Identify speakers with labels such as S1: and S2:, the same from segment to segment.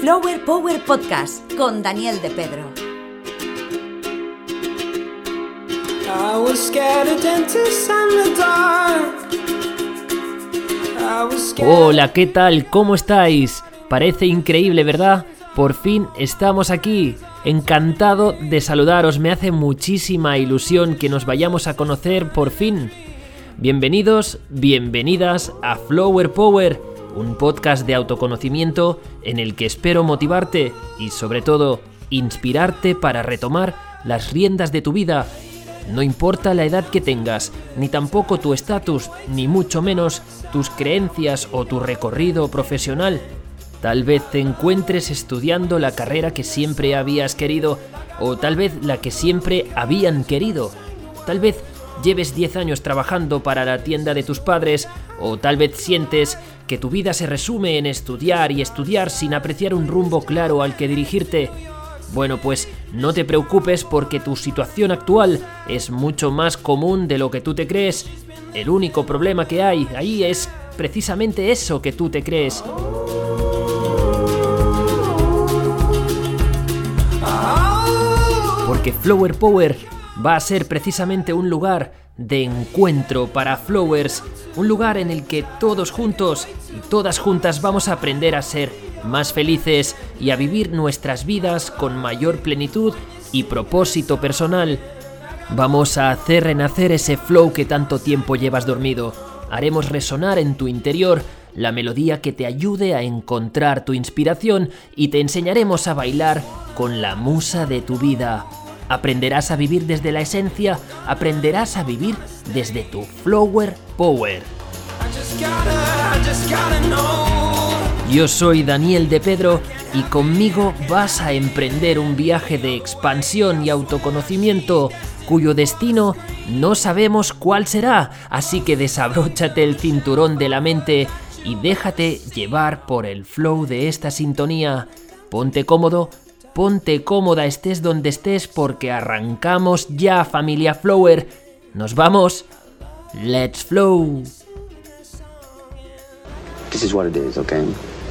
S1: Flower Power Podcast con Daniel de Pedro.
S2: Hola, ¿qué tal? ¿Cómo estáis? Parece increíble, ¿verdad? Por fin estamos aquí. Encantado de saludaros, me hace muchísima ilusión que nos vayamos a conocer por fin. Bienvenidos, bienvenidas a Flower Power, un podcast de autoconocimiento en el que espero motivarte y sobre todo inspirarte para retomar las riendas de tu vida. No importa la edad que tengas, ni tampoco tu estatus, ni mucho menos tus creencias o tu recorrido profesional. Tal vez te encuentres estudiando la carrera que siempre habías querido, o tal vez la que siempre habían querido. Tal vez lleves 10 años trabajando para la tienda de tus padres, o tal vez sientes que tu vida se resume en estudiar y estudiar sin apreciar un rumbo claro al que dirigirte. Bueno, pues no te preocupes porque tu situación actual es mucho más común de lo que tú te crees. El único problema que hay ahí es precisamente eso que tú te crees. Porque Flower Power va a ser precisamente un lugar de encuentro para flowers, un lugar en el que todos juntos y todas juntas vamos a aprender a ser más felices y a vivir nuestras vidas con mayor plenitud y propósito personal. Vamos a hacer renacer ese flow que tanto tiempo llevas dormido. Haremos resonar en tu interior la melodía que te ayude a encontrar tu inspiración y te enseñaremos a bailar con la musa de tu vida. Aprenderás a vivir desde la esencia, aprenderás a vivir desde tu Flower Power. Yo soy Daniel de Pedro y conmigo vas a emprender un viaje de expansión y autoconocimiento cuyo destino no sabemos cuál será, así que desabróchate el cinturón de la mente y déjate llevar por el flow de esta sintonía. Ponte cómodo, ponte cómoda, estés donde estés, porque arrancamos ya, familia Flower. ¡Nos vamos! ¡Let's flow!
S3: This is what it is, okay?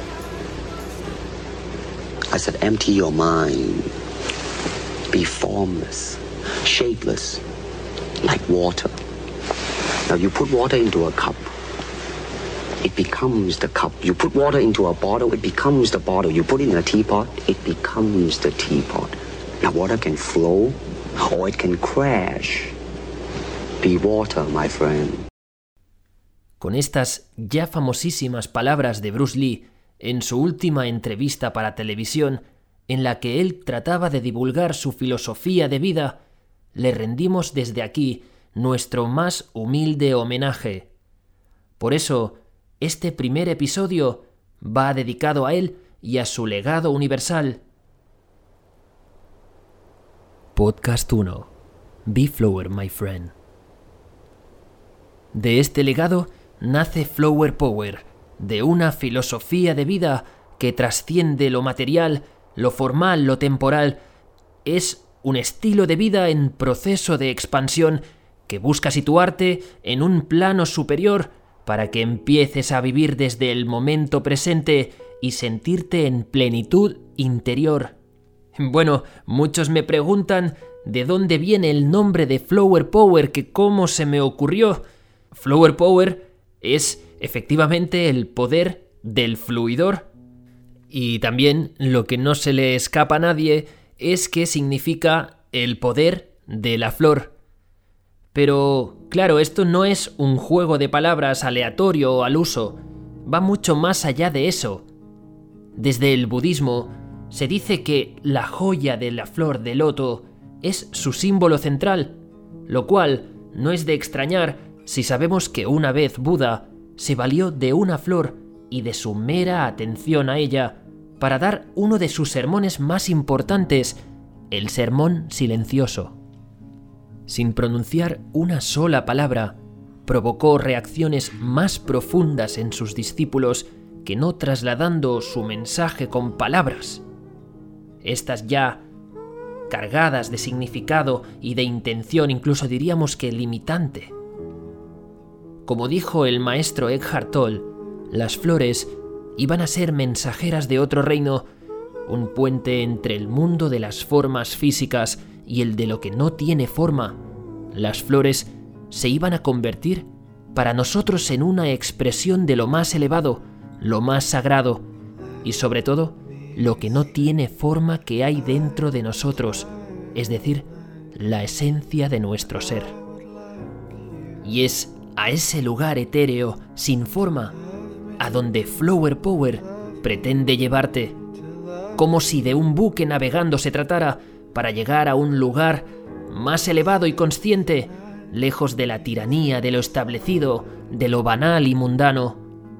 S3: I said empty your mind. Be formless, shapeless, like water. Now you put water into a cup. It becomes the cup. You put water into a bottle, it becomes the bottle. You put it in a teapot, it becomes the teapot. Now water can flow or it can crash. Be water, my friend.
S2: Con estas ya famosísimas palabras de Bruce Lee en su última entrevista para televisión, en la que él trataba de divulgar su filosofía de vida, le rendimos desde aquí nuestro más humilde homenaje. Por eso, este primer episodio va dedicado a él y a su legado universal. Podcast 1. Be Flower, my friend. De este legado nace Flower Power, de una filosofía de vida que trasciende lo material, lo formal, lo temporal. Es un estilo de vida en proceso de expansión que busca situarte en un plano superior para que empieces a vivir desde el momento presente y sentirte en plenitud interior. Bueno, muchos me preguntan de dónde viene el nombre de Flower Power, que cómo se me ocurrió. Flower Power es efectivamente el poder del fluidor. Y también lo que no se le escapa a nadie es que significa el poder de la flor. Pero, claro, esto no es un juego de palabras aleatorio o al uso. Va mucho más allá de eso. Desde el budismo se dice que la joya de la flor de loto es su símbolo central, lo cual no es de extrañar si sabemos que una vez Buda se valió de una flor y de su mera atención a ella para dar uno de sus sermones más importantes, el sermón silencioso. Sin pronunciar una sola palabra, provocó reacciones más profundas en sus discípulos que no trasladando su mensaje con palabras. Estas ya cargadas de significado y de intención, incluso diríamos que limitante. Como dijo el maestro Eckhart Tolle, las flores iban a ser mensajeras de otro reino un puente entre el mundo de las formas físicas y el de lo que no tiene forma. Las flores se iban a convertir para nosotros en una expresión de lo más elevado, lo más sagrado y sobre todo lo que no tiene forma que hay dentro de nosotros, es decir, la esencia de nuestro ser. Y es a ese lugar etéreo, sin forma, a donde Flower Power pretende llevarte, como si de un buque navegando se tratara para llegar a un lugar más elevado y consciente, lejos de la tiranía de lo establecido, de lo banal y mundano.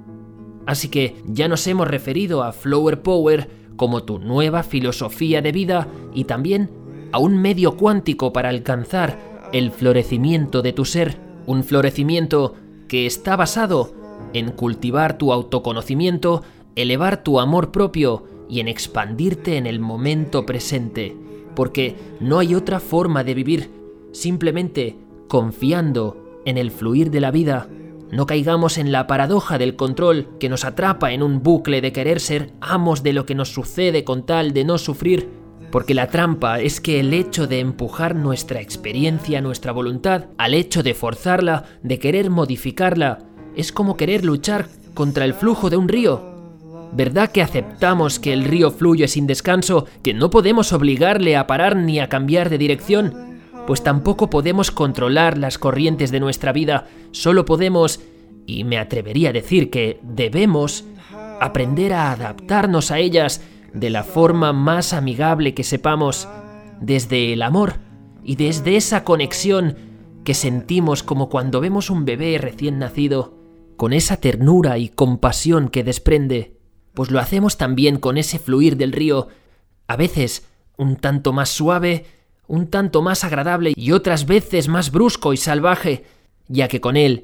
S2: Así que ya nos hemos referido a Flower Power como tu nueva filosofía de vida y también a un medio cuántico para alcanzar el florecimiento de tu ser, un florecimiento que está basado en cultivar tu autoconocimiento, elevar tu amor propio y en expandirte en el momento presente, porque no hay otra forma de vivir, simplemente confiando en el fluir de la vida. No caigamos en la paradoja del control que nos atrapa en un bucle de querer ser amos de lo que nos sucede con tal de no sufrir, porque la trampa es que el hecho de empujar nuestra experiencia, nuestra voluntad, al hecho de forzarla, de querer modificarla, es como querer luchar contra el flujo de un río. ¿Verdad que aceptamos que el río fluye sin descanso, que no podemos obligarle a parar ni a cambiar de dirección? Pues tampoco podemos controlar las corrientes de nuestra vida, solo podemos, y me atrevería a decir que debemos, aprender a adaptarnos a ellas de la forma más amigable que sepamos, desde el amor y desde esa conexión que sentimos como cuando vemos un bebé recién nacido, con esa ternura y compasión que desprende, pues lo hacemos también con ese fluir del río, a veces un tanto más suave, un tanto más agradable y otras veces más brusco y salvaje, ya que con él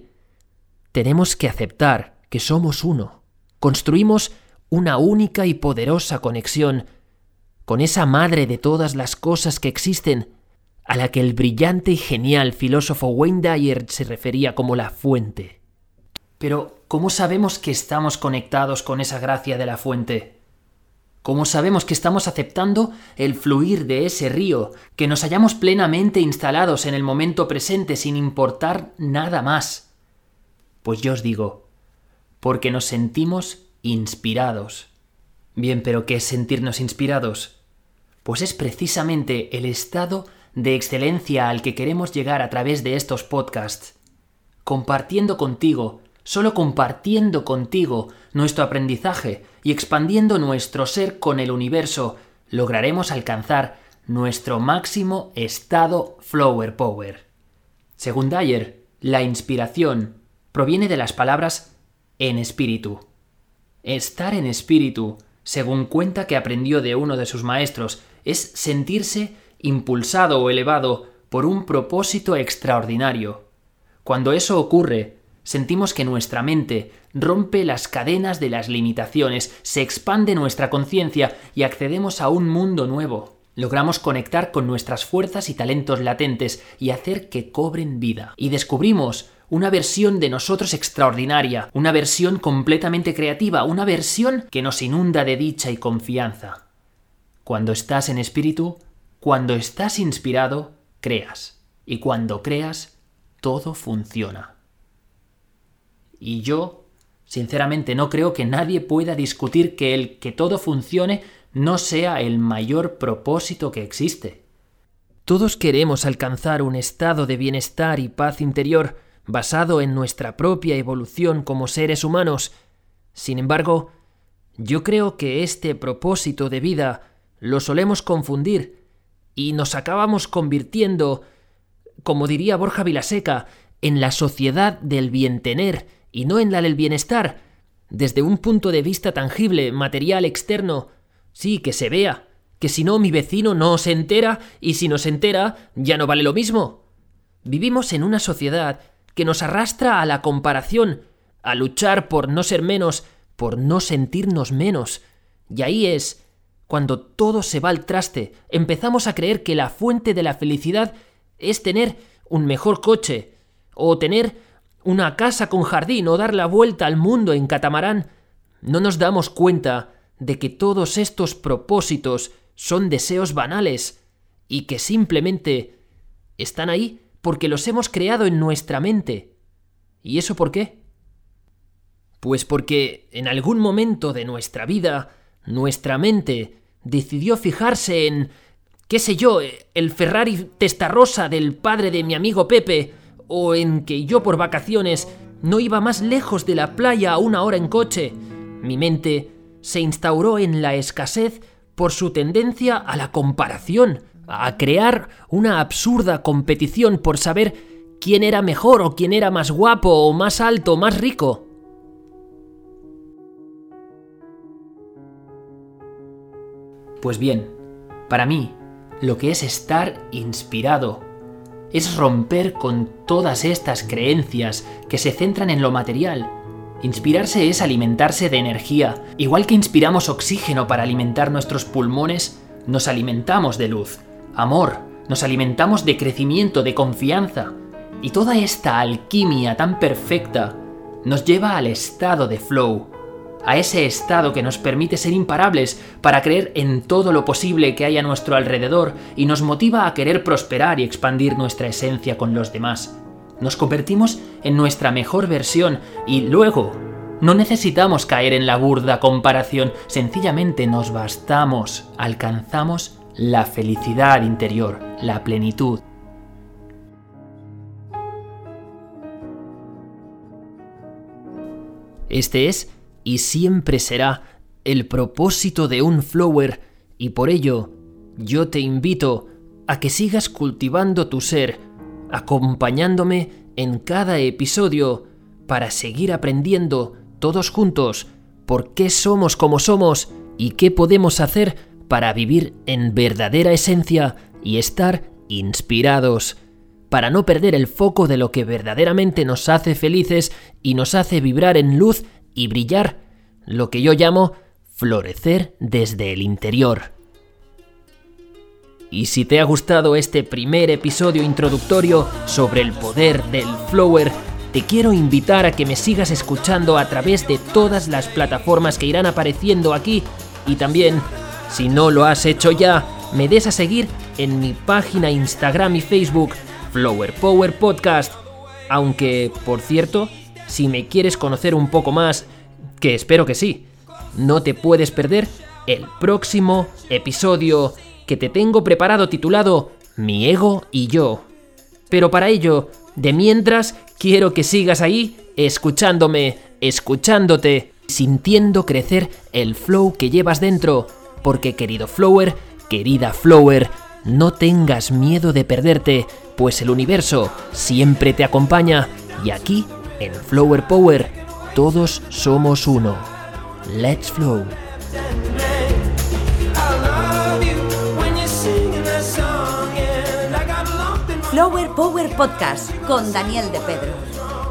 S2: tenemos que aceptar que somos uno. Construimos una única y poderosa conexión con esa madre de todas las cosas que existen, a la que el brillante y genial filósofo Wayne Dyer se refería como la fuente. Pero, ¿cómo sabemos que estamos conectados con esa gracia de la fuente? ¿Cómo sabemos que estamos aceptando el fluir de ese río, que nos hallamos plenamente instalados en el momento presente sin importar nada más? Pues yo os digo, porque nos sentimos inspirados. Bien, pero ¿qué es sentirnos inspirados? Pues es precisamente el estado de excelencia al que queremos llegar a través de estos podcasts, compartiendo contigo, solo compartiendo contigo nuestro aprendizaje y expandiendo nuestro ser con el universo, lograremos alcanzar nuestro máximo estado Flower Power. Según Dyer, la inspiración proviene de las palabras en espíritu. Estar en espíritu, según cuenta que aprendió de uno de sus maestros, es sentirse impulsado o elevado por un propósito extraordinario. Cuando eso ocurre, sentimos que nuestra mente rompe las cadenas de las limitaciones, se expande nuestra conciencia y accedemos a un mundo nuevo. Logramos conectar con nuestras fuerzas y talentos latentes y hacer que cobren vida. Y descubrimos una versión de nosotros extraordinaria, una versión completamente creativa, una versión que nos inunda de dicha y confianza. Cuando estás en espíritu, cuando estás inspirado, creas. Y cuando creas, todo funciona. Y yo, sinceramente, no creo que nadie pueda discutir que el que todo funcione no sea el mayor propósito que existe. Todos queremos alcanzar un estado de bienestar y paz interior basado en nuestra propia evolución como seres humanos. Sin embargo, yo creo que este propósito de vida lo solemos confundir y nos acabamos convirtiendo, como diría Borja Vilaseca, en la sociedad del bien tener y no en la del bienestar, desde un punto de vista tangible, material, externo. Sí, que se vea, que si no mi vecino no se entera y si no se entera ya no vale lo mismo. Vivimos en una sociedad que nos arrastra a la comparación, a luchar por no ser menos, por no sentirnos menos. Y ahí es cuando todo se va al traste. Empezamos a creer que la fuente de la felicidad es tener un mejor coche, o tener una casa con jardín, o dar la vuelta al mundo en catamarán. No nos damos cuenta de que todos estos propósitos son deseos banales y que simplemente están ahí porque los hemos creado en nuestra mente. ¿Y eso por qué? Pues porque en algún momento de nuestra vida, nuestra mente decidió fijarse en, qué sé yo, el Ferrari Testarossa del padre de mi amigo Pepe, o en que yo por vacaciones no iba más lejos de la playa a 1 hora en coche. Mi mente se instauró en la escasez por su tendencia a la comparación, a crear una absurda competición por saber quién era mejor o quién era más guapo o más alto o más rico. Pues bien, para mí, lo que es estar inspirado es romper con todas estas creencias que se centran en lo material. Inspirarse es alimentarse de energía. Igual que inspiramos oxígeno para alimentar nuestros pulmones, nos alimentamos de luz, amor, nos alimentamos de crecimiento, de confianza. Y toda esta alquimia tan perfecta nos lleva al estado de flow, a ese estado que nos permite ser imparables para creer en todo lo posible que hay a nuestro alrededor y nos motiva a querer prosperar y expandir nuestra esencia con los demás. Nos convertimos en nuestra mejor versión y luego no necesitamos caer en la burda comparación, sencillamente nos bastamos, alcanzamos la felicidad interior, la plenitud. Este es y siempre será el propósito de un flower, y por ello yo te invito a que sigas cultivando tu ser, acompañándome en cada episodio para seguir aprendiendo todos juntos por qué somos como somos y qué podemos hacer para vivir en verdadera esencia y estar inspirados, para no perder el foco de lo que verdaderamente nos hace felices y nos hace vibrar en luz y brillar, lo que yo llamo florecer desde el interior. Y si te ha gustado este primer episodio introductorio sobre el poder del flower, te quiero invitar a que me sigas escuchando a través de todas las plataformas que irán apareciendo aquí, y también, si no lo has hecho ya, me des a seguir en mi página Instagram y Facebook, Flower Power Podcast. Aunque, por cierto, si me quieres conocer un poco más, que espero que sí, no te puedes perder el próximo episodio que te tengo preparado titulado Mi ego y yo. Pero para ello, de mientras, quiero que sigas ahí, escuchándome, escuchándote, sintiendo crecer el flow que llevas dentro, porque querido flower, querida flower, no tengas miedo de perderte, pues el universo siempre te acompaña y aquí, en Flower Power, todos somos uno. Let's flow.
S1: Flower Power Podcast con Daniel de Pedro.